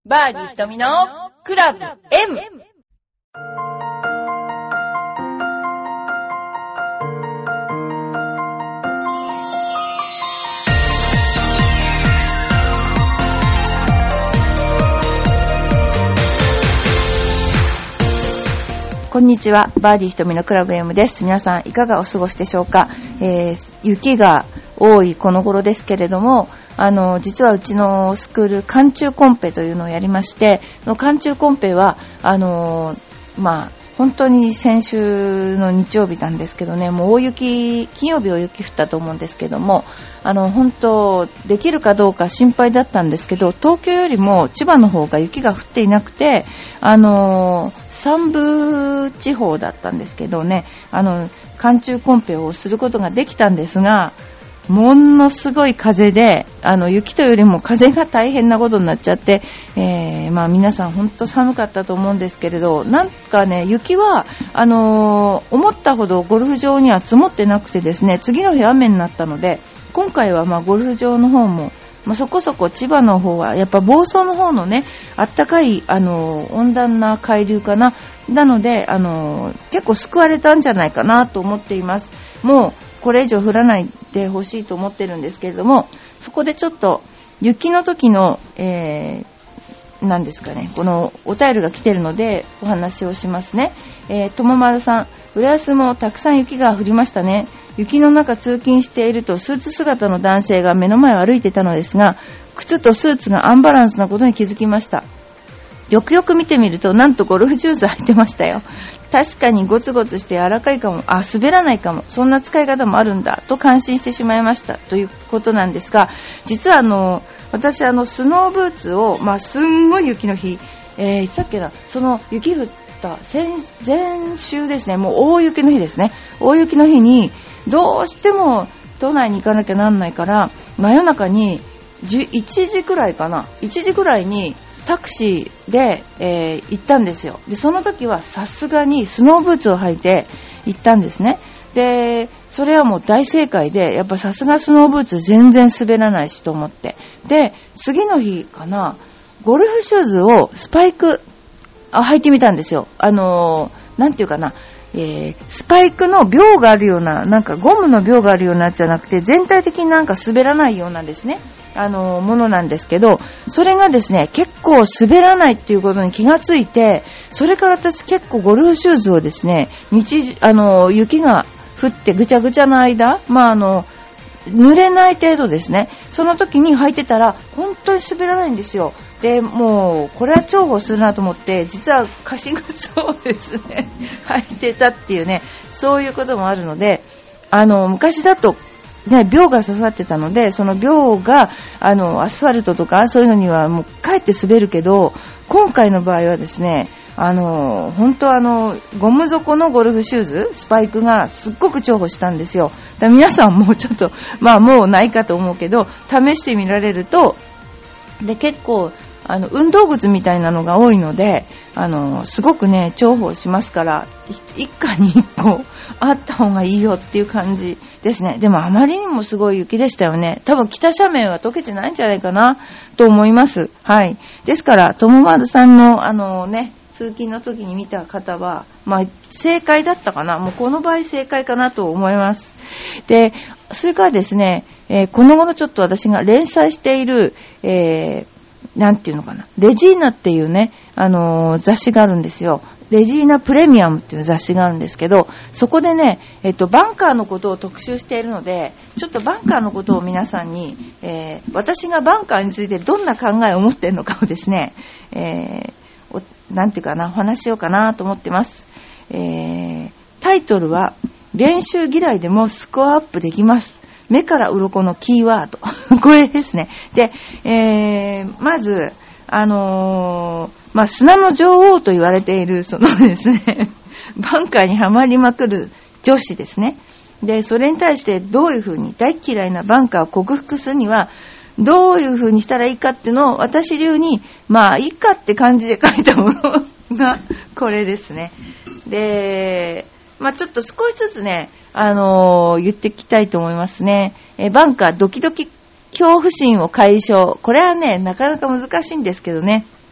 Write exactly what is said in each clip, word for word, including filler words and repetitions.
バーディー瞳のクラブ M。 こんにちは、バーディー瞳のクラブ M です。皆さんいかがお過ごしでしょうか。えー、雪が多いこの頃ですけれども、あの実はうちのスクール寒中コンペというのをやりまして、その寒中コンペはあのまあ本当に先週の日曜日なんですけどね、もう大雪、金曜日大雪降ったと思うんですけども、あの本当できるかどうか心配だったんですけど、東京よりも千葉の方が雪が降っていなくて、あの山部地方だったんですけどね、あの寒中コンペをすることができたんですが、ものすごい風で、あの雪というよりも風が大変なことになっちゃって、えーまあ、皆さん本当寒かったと思うんですけれど、なんかね、雪はあのー、思ったほどゴルフ場には積もってなくてですね、次の日雨になったので、今回はまあゴルフ場の方も、まあ、そこそこ千葉の方はやっぱ房総の方のね、あったかい、あのー、温暖な海流かな、なので、あのー、結構救われたんじゃないかなと思っています。もうこれ以上降らないでほしいと思ってるんですけれども、そこでちょっと雪の時の、えー、何ですかね、このお便りが来てるのでお話をしますね。えー、ともまるさん、浦安もたくさん雪が降りましたね。雪の中通勤しているとスーツ姿の男性が目の前を歩いていたのですが、靴とスーツがアンバランスなことに気づきました。よくよく見てみると、なんとゴルフシューズ履いてましたよ。確かにゴツゴツして柔らかいかも、あ、滑らないかも、そんな使い方もあるんだと感心してしまいましたということなんですが、実はあの私あのスノーブーツを、まあ、すんごい雪の日、えー、いつだっけな、その雪降った先前週ですね、もう大雪の日ですね、大雪の日にどうしても都内に行かなきゃなんないから、真夜中にいちじくらいかな、いちじぐらいにタクシーで、えー、行ったんですよ。でその時はさすがにスノーブーツを履いて行ったんですね。でそれはもう大正解で、やっぱさすがスノーブーツ全然滑らないしと思って、で次の日かな、ゴルフシューズをスパイクあ履いてみたんですよ。あのー、なんていうかな、えー、スパイクの鋲があるような、なんかゴムの鋲があるようなやつじゃなくて、全体的になんか滑らないようなんですね、あのものなんですけど、それがですね結構滑らないっていうことに気がついて、それから私結構ゴルフシューズをですね、日あの雪が降ってぐちゃぐちゃの間、まああの濡れない程度ですね、その時に履いてたら本当に滑らないんですよ。でもうこれは重宝するなと思って、実は貸し靴をですね履いてたっていうね、そういうこともあるので、あの昔だとね、鋲が刺さってたので、その鋲があのアスファルトとかそういうのにはもうかえって滑るけど、今回の場合はですね、あの本当あのゴム底のゴルフシューズ、スパイクがすっごく重宝したんですよ。だから皆さんもちょっと、まあもうないかと思うけど試してみられると、で結構あの運動靴みたいなのが多いので、あのすごくね重宝しますから、一家に一個あった方がいいよっていう感じですね。でもあまりにもすごい雪でしたよね。多分北斜面は溶けてないんじゃないかなと思います。はい。ですからともまるさんのあのね通勤の時に見た方は、まあ正解だったかな。もうこの場合正解かなと思います。で、それからですね、えー、この頃ちょっと私が連載している、えーなんていうのかな、レジーナっていうね、あのー、雑誌があるんですよ。レジーナプレミアムっていう雑誌があるんですけど、そこでね、えっと、バンカーのことを特集しているので、ちょっとバンカーのことを皆さんに、えー、私がバンカーについてどんな考えを持っているのかをですね、えー、なんていうかな、お話しようかなと思ってます。えー、タイトルは、練習嫌いでもスコアアップできます。目から鱗のキーワードこれですね。で、えー、まずあのー、まあ、砂の女王と言われているそのですねバンカーにはまりまくる女子ですね。でそれに対してどういうふうに大嫌いなバンカーを克服するにはどういうふうにしたらいいかっていうのを私流にまあいいかって感じで書いたものがこれですね。でまあ、ちょっと少しずつね、あのー、言っていきたいと思いますね。えバンカードキドキ恐怖心を解消、これはねなかなか難しいんですけどね、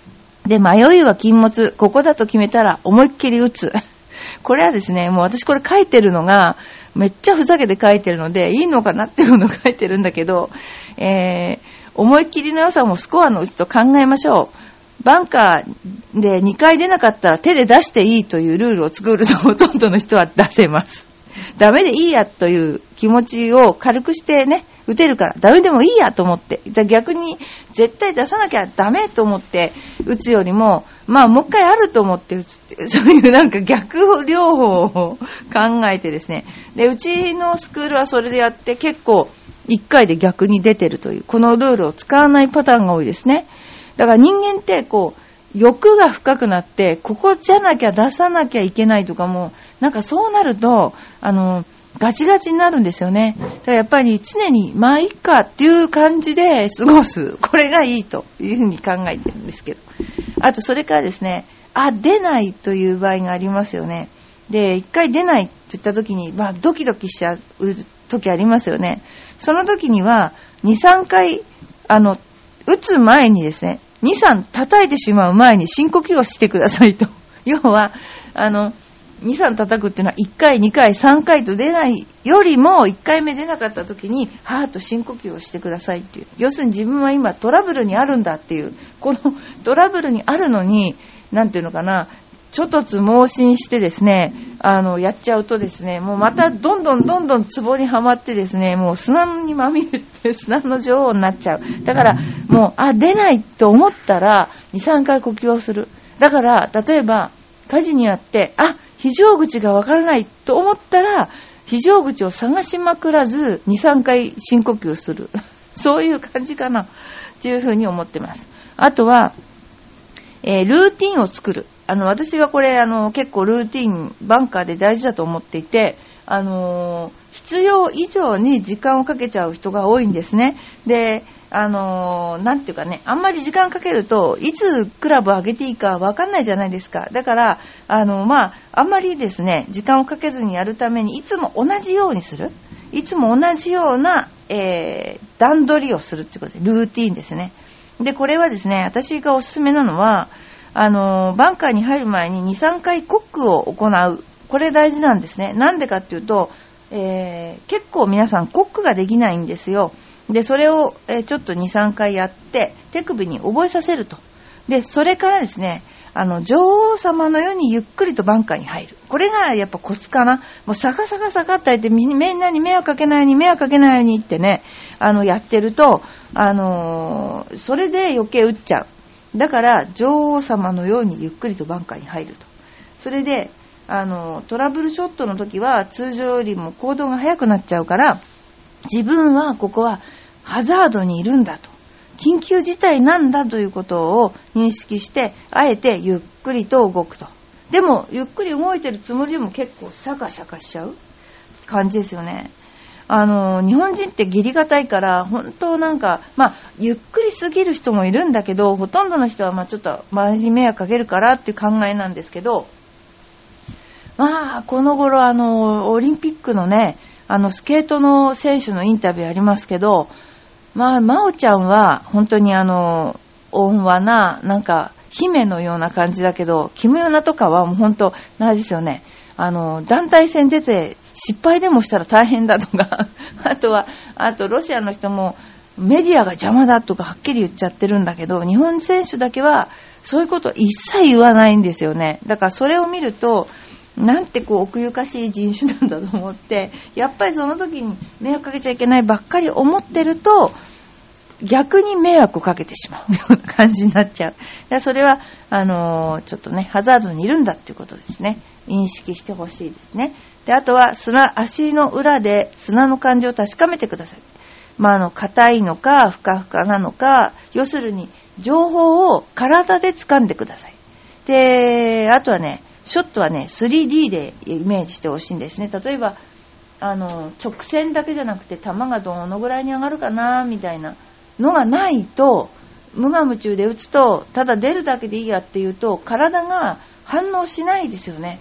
で、迷いは禁物。ここだと決めたら思いっきり打つ。これはですね、もう私これ書いてるのが、めっちゃふざけて書いてるので、いいのかなっていうのを書いてるんだけど、えー、思いっきりの良さもスコアのうちと考えましょう。バンカーでにかい出なかったら手で出していいというルールを作るとほとんどの人は出せます。ダメでいいやという気持ちを軽くしてね、打てるからダメでもいいやと思って、逆に絶対出さなきゃダメと思って打つよりも、まあもう一回あると思って打つっていう、そういうなんか逆療法を考えてですね。で、うちのスクールはそれでやって結構いっかいで逆に出てるという、このルールを使わないパターンが多いですね。だから人間ってこう欲が深くなって、ここじゃなきゃ出さなきゃいけないとかも、なんかそうなるとあのガチガチになるんですよね。だからやっぱり常にまあいいかっていう感じで過ごす、これがいいというふうに考えてるんですけど、あとそれからですね、あ出ないという場合がありますよね。で、一回出ないと言った時に、まあドキドキしちゃう時ありますよね。その時にはにさんかいあの打つ前にですね、にさん叩いてしまう前に深呼吸をしてくださいと。要はあのにさん叩くっていうのはいっかいにかいさんかいと出ないよりも、いっかいめ出なかった時にはーっと深呼吸をしてくださいっていう、要するに自分は今トラブルにあるんだっていう、このトラブルにあるのになんていうのかな、ちょとつ盲信してですね、あのやっちゃうとですね、もうまたどんどんどんどんツボにはまってですね、もう砂にまみれて砂の女王になっちゃう。だからもうあ出ないと思ったらにさんかい呼吸をする。だから例えば火事にあってあ非常口がわからないと思ったら、非常口を探しまくらずにさんかい深呼吸する。そういう感じかなっていうふうに思ってます。あとは、えー、ルーティンを作る。あの私はこれあの結構ルーティンバンカーで大事だと思っていて、あのー、必要以上に時間をかけちゃう人が多いんですね。で、あのー、なんていうかね、あんまり時間かけるといつクラブ上げていいか分かんないじゃないですか。だからあのまああんまりですね、時間をかけずにやるためにいつも同じようにする、いつも同じような、えー、段取りをするっていうことでルーティーンですね。でこれはですね、私がおすすめなのはあのバンカーに入る前ににさんかいコックを行う、これ大事なんですね。なんでかっていうと、えー、結構皆さんコックができないんですよ。でそれを、えー、ちょっとにさんかいやって手首に覚えさせると。でそれからですね、あの女王様のようにゆっくりとバンカーに入る、これがやっぱコツかな。もうサカサカサカってやってみんなに迷惑かけないように迷惑かけないようにってね、あのやってると、あのー、それで余計打っちゃう。だから女王様のようにゆっくりとバンカーに入ると。それであのトラブルショットの時は通常よりも行動が速くなっちゃうから、自分はここはハザードにいるんだと、緊急事態なんだということを認識して、あえてゆっくりと動くと。でもゆっくり動いてるつもりでも結構シャカシャカしちゃう感じですよね。あの日本人って義理がたいから、本当なんか、まあ、ゆっくりすぎる人もいるんだけど、ほとんどの人はまあちょっと周りに迷惑かけるからっていう考えなんですけど、まあこの頃あのオリンピックのね、あのスケートの選手のインタビューありますけど、まあ真央ちゃんは本当にあの温和な、なんか姫のような感じだけど、キムヨナとかはもう本当なんですよね、あの団体戦出て失敗でもしたら大変だとかあとはあとロシアの人もメディアが邪魔だとかはっきり言っちゃってるんだけど、日本選手だけはそういうことを一切言わないんですよね。だからそれを見ると、なんてこう奥ゆかしい人種なんだと思って、やっぱりその時に迷惑かけちゃいけないばっかり思ってると、逆に迷惑をかけてしまうような感じになっちゃう。だそれはあのー、ちょっとねハザードにいるんだっていうことですね、認識してほしいですね。であとは砂、足の裏で砂の感じを確かめてください。まああの硬いのかふかふかなのか、要するに情報を体で掴んでください。であとはね、ショットはね スリーディー でイメージしてほしいんですね。例えばあの直線だけじゃなくて、球がどのぐらいに上がるかなみたいなのがないと、無我夢中で打つと、ただ出るだけでいいやっていうと体が反応しないですよね。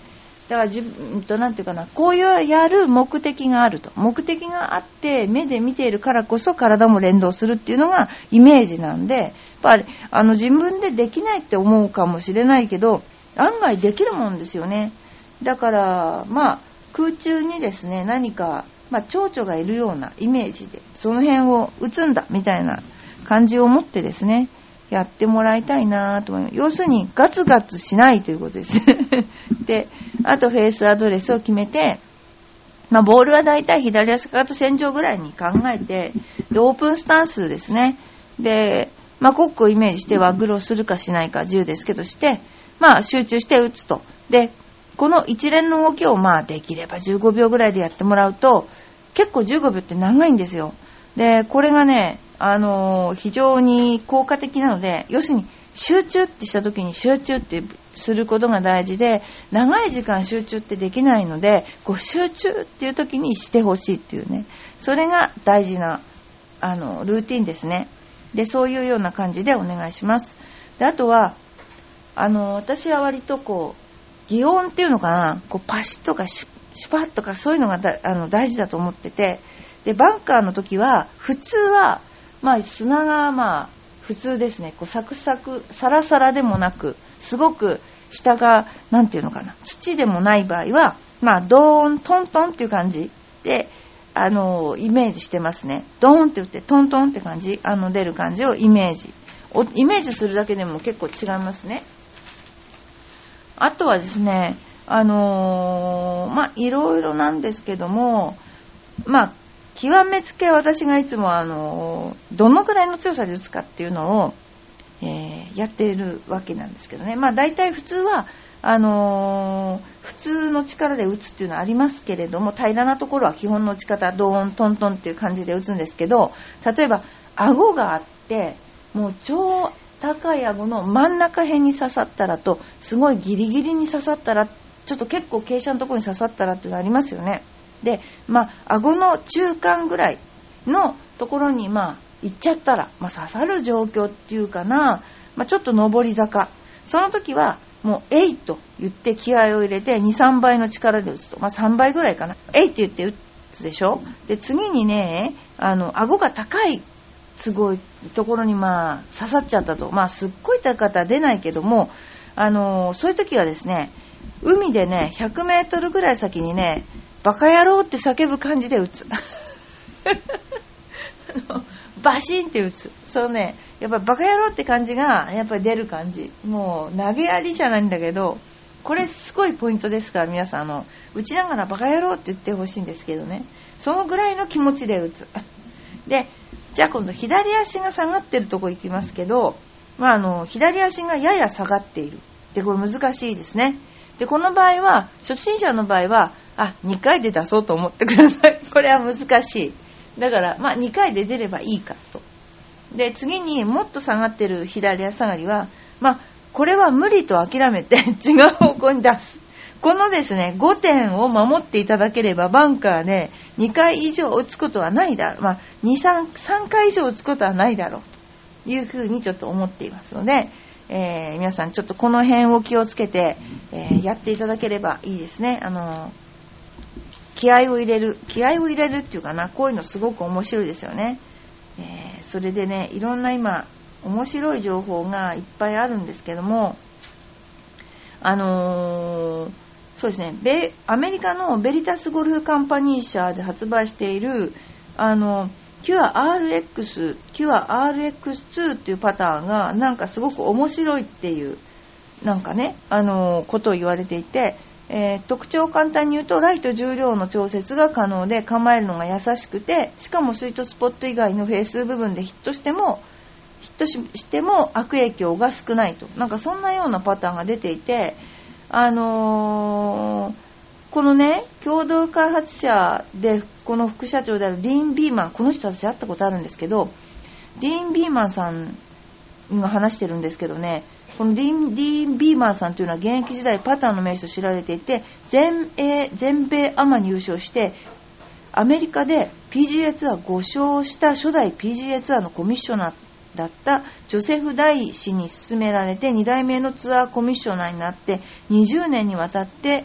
だから自分となんていうかな、こういうやる目的があると、目的があって目で見ているからこそ体も連動するっていうのがイメージなんで、やっぱりあの自分でできないって思うかもしれないけど、案外できるもんですよね。だからまあ空中にですね、何かまあ蝶々がいるようなイメージでその辺を打つんだみたいな感じを持ってですね、やってもらいたいなと思います。要するにガツガツしないということですで、あとフェイスアドレスを決めて、まあ、ボールはだいたい左足かかと線上ぐらいに考えて、でオープンスタンスですね。で、まあ、コックをイメージしてワグルをするかしないか自由ですけどして、まあ、集中して打つと。でこの一連の動きをまあできればじゅうごびょうぐらいでやってもらうと、結構じゅうごびょうって長いんですよ。でこれがね、あのー、非常に効果的なので、要するに集中ってした時に集中ってすることが大事で、長い時間集中ってできないので、こう集中っていう時にしてほしいっていうね、それが大事なあのルーティンですね。でそういうような感じでお願いします。であとはあの私は割とこう擬音っていうのかな、こうパシッとかシュシュパッとかそういうのがだあの大事だと思ってて、でバンカーの時は普通はまあ砂がまあ普通ですね、こうサクサクサラサラでもなく、すごく下がなんていうのかな、土でもない場合はまあドーントントンっていう感じであのイメージしてますね。ドーンって打ってトントンって感じ、あの出る感じをイメージをイメージするだけでも結構違いますね。あとはですね、あのー、まあいろいろなんですけども、まあ極めつけ私がいつもあのどのくらいの強さで打つかっていうのを、えー、やっているわけなんですけどね。まあ大体普通はあのー、普通の力で打つっていうのはありますけれども、平らなところは基本の打ち方ドーントントンっていう感じで打つんですけど、例えば顎があってもう超高い顎の真ん中辺に刺さったらと、すごいギリギリに刺さったら、ちょっと結構傾斜のところに刺さったらっていうのありますよね。で、まあ顎の中間ぐらいのところにまあ行っちゃったら、まあ、刺さる状況っていうかな、まあ、ちょっと上り坂、その時はもうえいと言って気合を入れて にさんばいの力で打つと、まあ、さんばいぐらいかな、えいって言って打つでしょ。で次にね、あの顎が高いすごいところにまあ刺さっちゃったと、まあすっごい高かったら出ないけども、あのそういう時はですね、海でねひゃくメートルぐらい先にね、バカ野郎って叫ぶ感じで打つバシンって打つ、そうね、やっぱりバカ野郎って感じがやっぱり出る感じ、もう投げやりじゃないんだけど、これすごいポイントですから、皆さんあの打ちながらバカ野郎って言ってほしいんですけどね、そのぐらいの気持ちで打つで、じゃあ今度左足が下がってるとこ行きますけど、まあ、あの左足がやや下がっているで、これ難しいですね。でこの場合は初心者の場合はあにかいで出そうと思ってください。これは難しい。だからまあにかいで出ればいいかと。で次にもっと下がってる左足下がりは、まあこれは無理と諦めて違う方向に出す。このですねごてんを守っていただければバンカーでにかい以上打つことはないだろう、まあ、に、さん、さんかい以上打つことはないだろうというふうにちょっと思っていますので、えー、皆さんちょっとこの辺を気をつけて、えー、やっていただければいいですね。あの気合を入れる気合を入れるっていうかな、こういうのすごく面白いですよね。えー、それでね、いろんな今面白い情報がいっぱいあるんですけども、あのー、そうですね、ベアメリカのベリタスゴルフカンパニー社で発売しているあのキュア アールエックス キュア アールエックスツー っていうパターンがなんかすごく面白いっていうなんかね、あのー、ことを言われていて、えー、特徴を簡単に言うと、ライト重量の調節が可能で構えるのが優しくて、しかもスイートスポット以外のフェース部分でヒットしてもヒットしても悪影響が少ないと、なんかそんなようなパターンが出ていて、あのー、このね共同開発者でこの副社長であるディーン・ビーマン、この人私会ったことあるんですけど、ディーン・ビーマンさんが話してるんですけどね、このディーン・ディーンビーマンさんというのは現役時代パターの名手と知られていて、全英全米アマに優勝してアメリカで ピージーエー ツアーご勝した初代 ピージーエー ツアーのコミッショナーだったジョセフ・ダイ氏に勧められてに代目のツアーコミッショナーになってにじゅうねんにわたって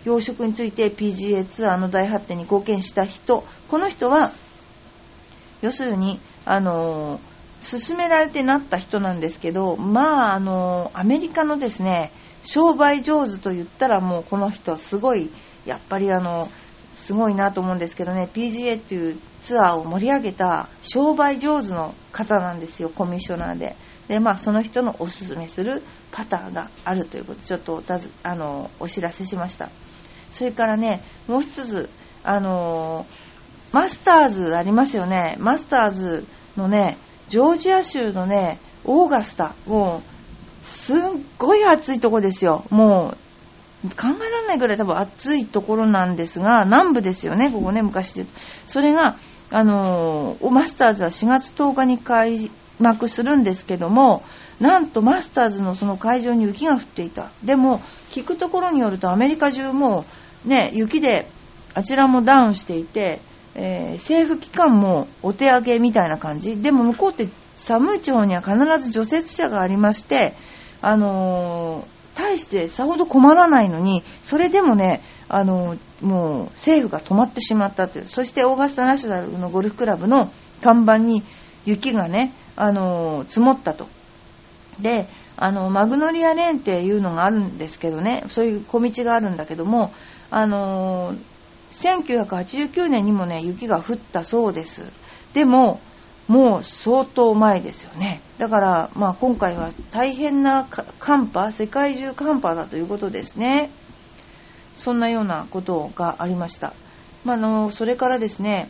養殖について ピージーエー ツアーの大発展に貢献した人、この人は要するにあの勧められてなった人なんですけど、まああのアメリカのですね商売上手と言ったらもうこの人はすごいやっぱりあのすごいなと思うんですけどね、 ピージーエー っていうツアーを盛り上げた商売上手の方なんですよ、コミッショナーで。で、まあ、その人のおすすめするパターがあるということでちょっとおたずあのお知らせしました。それからね、もう一つあのマスターズありますよね。マスターズのねジョージア州のねオーガスタ、もうすっごい暑いとこですよ。もう考えられないぐらい多分暑いところなんですが、南部ですよね、ここね、昔で。それがあのマスターズはしがつとおかに開幕するんですけども、なんとマスターズのその会場に雪が降っていた。でも聞くところによるとアメリカ中もね雪であちらもダウンしていて、えー、政府機関もお手上げみたいな感じでも、向こうって寒い地方には必ず除雪車がありまして、あのー大してさほど困らないのに、それでもね、あのもう政府が止まってしまったという。そしてオーガスタナショナルのゴルフクラブの看板に雪がね、あの積もったと。で、あのマグノリアレーンっていうのがあるんですけどね、そういう小道があるんだけども、あのせんきゅうひゃくはちじゅうきゅうねんにもね雪が降ったそうです。でももう相当前ですよね。だから、まあ、今回は大変な寒波、世界中寒波だということですね。そんなようなことがありました。まあ、あのそれからですね、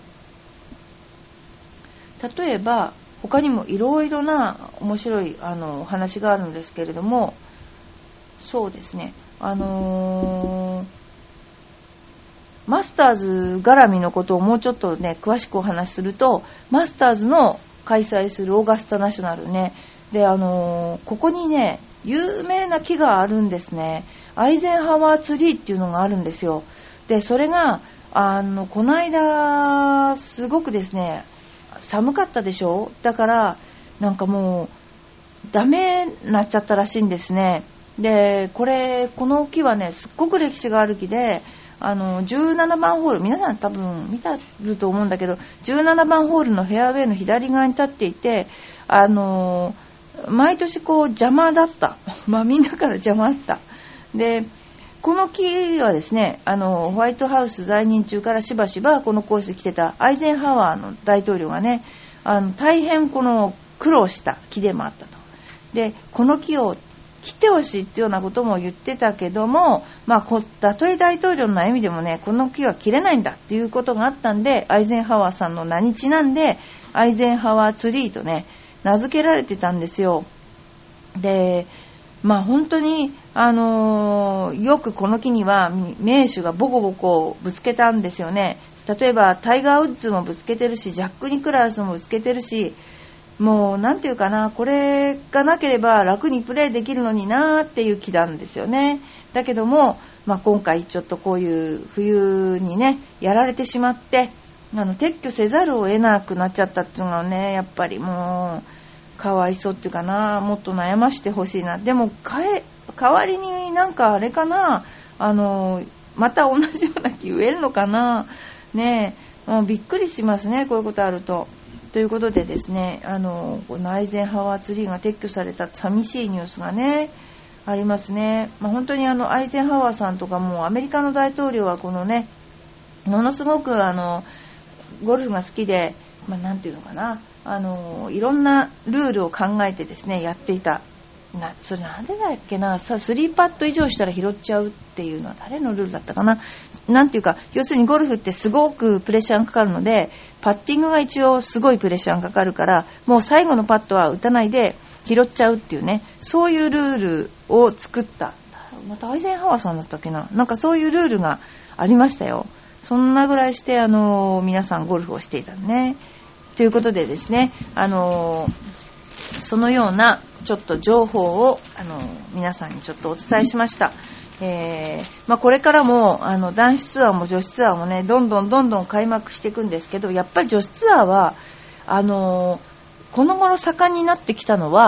例えば他にもいろいろな面白いあのお話があるんですけれども、そうですね、あのーマスターズ絡みのことをもうちょっとね詳しくお話しすると、マスターズの開催するオーガスタナショナルねで、あのー、ここにね有名な木があるんですね。アイゼンハワーツリーっていうのがあるんですよ。でそれがあのこの間すごくですね寒かったでしょ。だからなんかもうダメになっちゃったらしいんですね。でこれこの木はねすっごく歴史がある木で、あのじゅうななばんホール、皆さん多分見たると思うんだけど、じゅうななばんホールのフェアウェイの左側に立っていて、あの毎年こう邪魔だったまあみんなから邪魔あった。でこの木はですね、あのホワイトハウス在任中からしばしばこのコースに来てたアイゼンハワーの大統領がね、あの大変この苦労した木でもあったと。でこの木を切ってほしいっていうようなことも言ってたけども、まあ、こたとえ大統領の歩みでもねこの木は切れないんだっていうことがあったんで、アイゼンハワーさんの名にちなんでアイゼンハワーツリーとね名付けられてたんですよ。でまあ本当に、あのー、よくこの木には名手がボコボコぶつけたんですよね。例えばタイガー・ウッズもぶつけてるし、ジャック・ニクラウスもぶつけてるし、もうなんていうかな、これがなければ楽にプレーできるのになっていう気なんですよね。だけども、まあ、今回ちょっとこういう冬にねやられてしまって、あの撤去せざるを得なくなっちゃったっていうのはね、やっぱりもうかわいそうっていうかな、もっと悩ましてほしいな。でもかえ代わりになんかあれかな、あのまた同じような木植えるのかなねえ、もうびっくりしますね、こういうことあると。ということでですね、あのこのアイゼンハワーツリーが撤去された寂しいニュースがねありますね。まあ、本当にあのアイゼンハワーさんとかもアメリカの大統領はこのねものすごくあのゴルフが好きで、まあ、なんていうのかな、あのいろんなルールを考えてですねやっていた。なそれなんでだっけな、さスリーパット以上したら拾っちゃうっていうのは誰のルールだったかな。なんていうか、要するにゴルフってすごくプレッシャーがかかるので、パッティングが一応すごいプレッシャーがかかるから、もう最後のパットは打たないで拾っちゃうっていうね、そういうルールを作った。またアイゼンハワーさんだったっけな、なんかそういうルールがありましたよ。そんなぐらいしてあの皆さんゴルフをしていたね。ということでですね、あのそのようなちょっと情報をあの皆さんにちょっとお伝えしました。えーまあ、これからもあの男子ツアーも女子ツアーもねどんどんどんどん開幕していくんですけど、やっぱり女子ツアーはあのこの頃盛んになってきたのは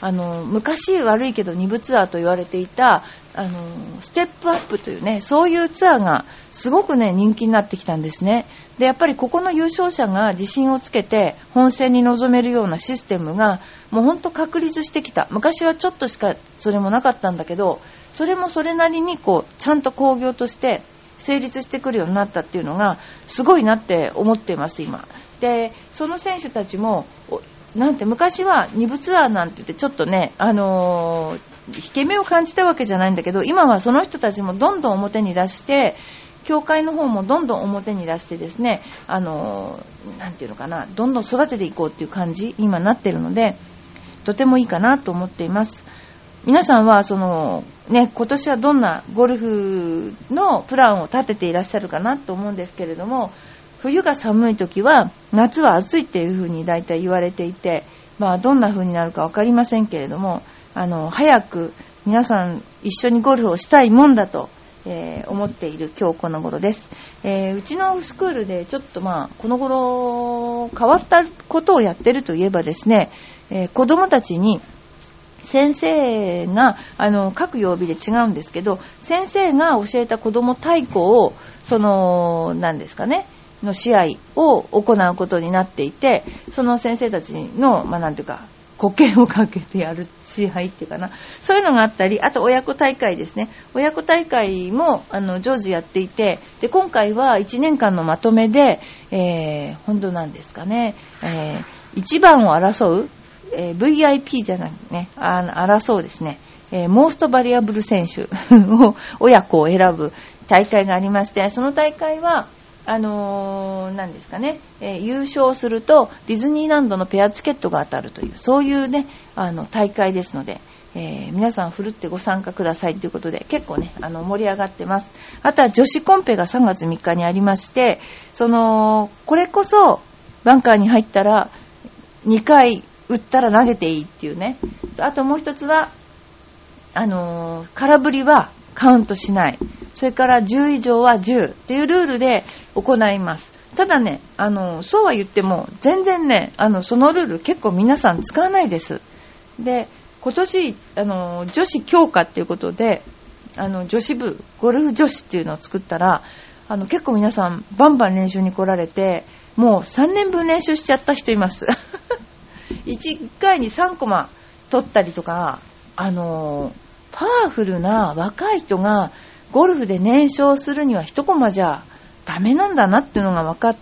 あの昔悪いけどに部ツアーと言われていたあのステップアップというね、そういうツアーがすごくね人気になってきたんですね。でやっぱりここの優勝者が自信をつけて本戦に臨めるようなシステムがもう本当確立してきた。昔はちょっとしかそれもなかったんだけど、それもそれなりにこうちゃんと興行として成立してくるようになったっていうのがすごいなって思っています今で。その選手たちもなんて昔はに部ツアーなんて言ってちょっとね、あのー、引け目を感じたわけじゃないんだけど、今はその人たちもどんどん表に出して協会の方もどんどん表に出してですね、あのー、なんていうのかな、どんどん育てていこうっていう感じ今なってるので、とてもいいかなと思っています。皆さんはその、ね、今年はどんなゴルフのプランを立てていらっしゃるかなと思うんですけれども、冬が寒い時は夏は暑いっていう風に大体言われていて、まあ、どんな風になるか分かりませんけれども、あの早く皆さん一緒にゴルフをしたいもんだと、えー、思っている今日この頃です。えー、うちのスクールでちょっとまあこの頃変わったことをやってるといえばですね、えー、子どもたちに先生があの各曜日で違うんですけど、先生が教えた子ども太鼓をその何ですかねの試合を行うことになっていて、その先生たちの、まあ、なんていうか保険をかけてやる試合っていうかな、そういうのがあったり、あと親子大会ですね。親子大会もあの常時やっていて、で今回はいちねんかんのまとめで、えー、本当なんですかね、えー、いちばんを争う、えー、ブイアイピー じゃなくね、あ争うですね、えー、モーストバリアブル選手を親子を選ぶ大会がありまして、その大会はあのー、何ですかね、えー、優勝するとディズニーランドのペアチケットが当たるという、そういうねあの大会ですので、えー、皆さんふるってご参加くださいということで結構ねあの盛り上がってます。あとは女子コンペがさんがつみっかにありまして、そのこれこそバンカーに入ったらにかい打ったら投げていいっていうね。あともう一つはあのー、空振りはカウントしない、それからじゅう以上はじゅうっていうルールで行います。ただね、あのそうは言っても全然ね、あのそのルール結構皆さん使わないです。で今年あの女子強化っていうことであの女子部ゴルフ女子っていうのを作ったら、あの結構皆さんバンバン練習に来られて、もうさんねんぶん練習しちゃった人いますいっかいにさんコマ取ったりとか、あのパワフルな若い人がゴルフで燃焼するには一コマじゃダメなんだなっていうのが分かって、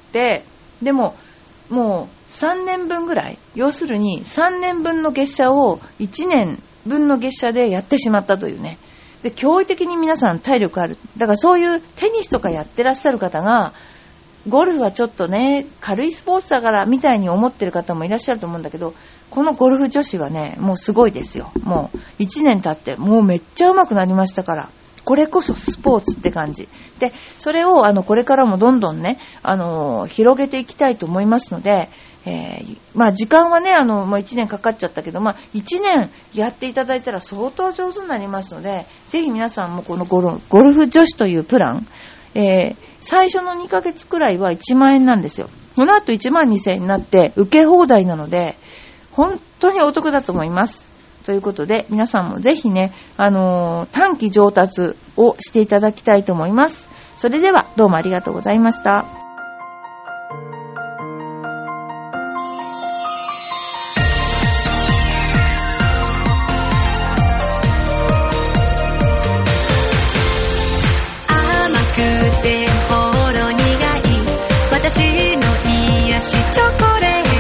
でももうさんねんぶんぐらい、要するにさんねんぶんの月謝をいちねんぶんの月謝でやってしまったというね。で驚異的に皆さん体力ある。だからそういうテニスとかやってらっしゃる方が、ゴルフはちょっとね軽いスポーツだからみたいに思ってる方もいらっしゃると思うんだけど、このゴルフ女子はねもうすごいですよ。もういちねん経ってもうめっちゃ上手くなりましたから、これこそスポーツって感じで、それをあのこれからもどんどんねあの広げていきたいと思いますので、えー、まあ時間はねあのもういちねんかかっちゃったけど、まあいちねんやっていただいたら相当上手になりますので、ぜひ皆さんもこのゴル、ゴルフ女子というプラン、えー、最初のにかげつくらいはいちまんえんなんですよ。その後いちまんにせんえんになって受け放題なので本当にお得だと思います。ということで皆さんもぜひね、あのー、短期上達をしていただきたいと思います。それではどうもありがとうございました。 甘くてほろ苦い私の癒しチョコレート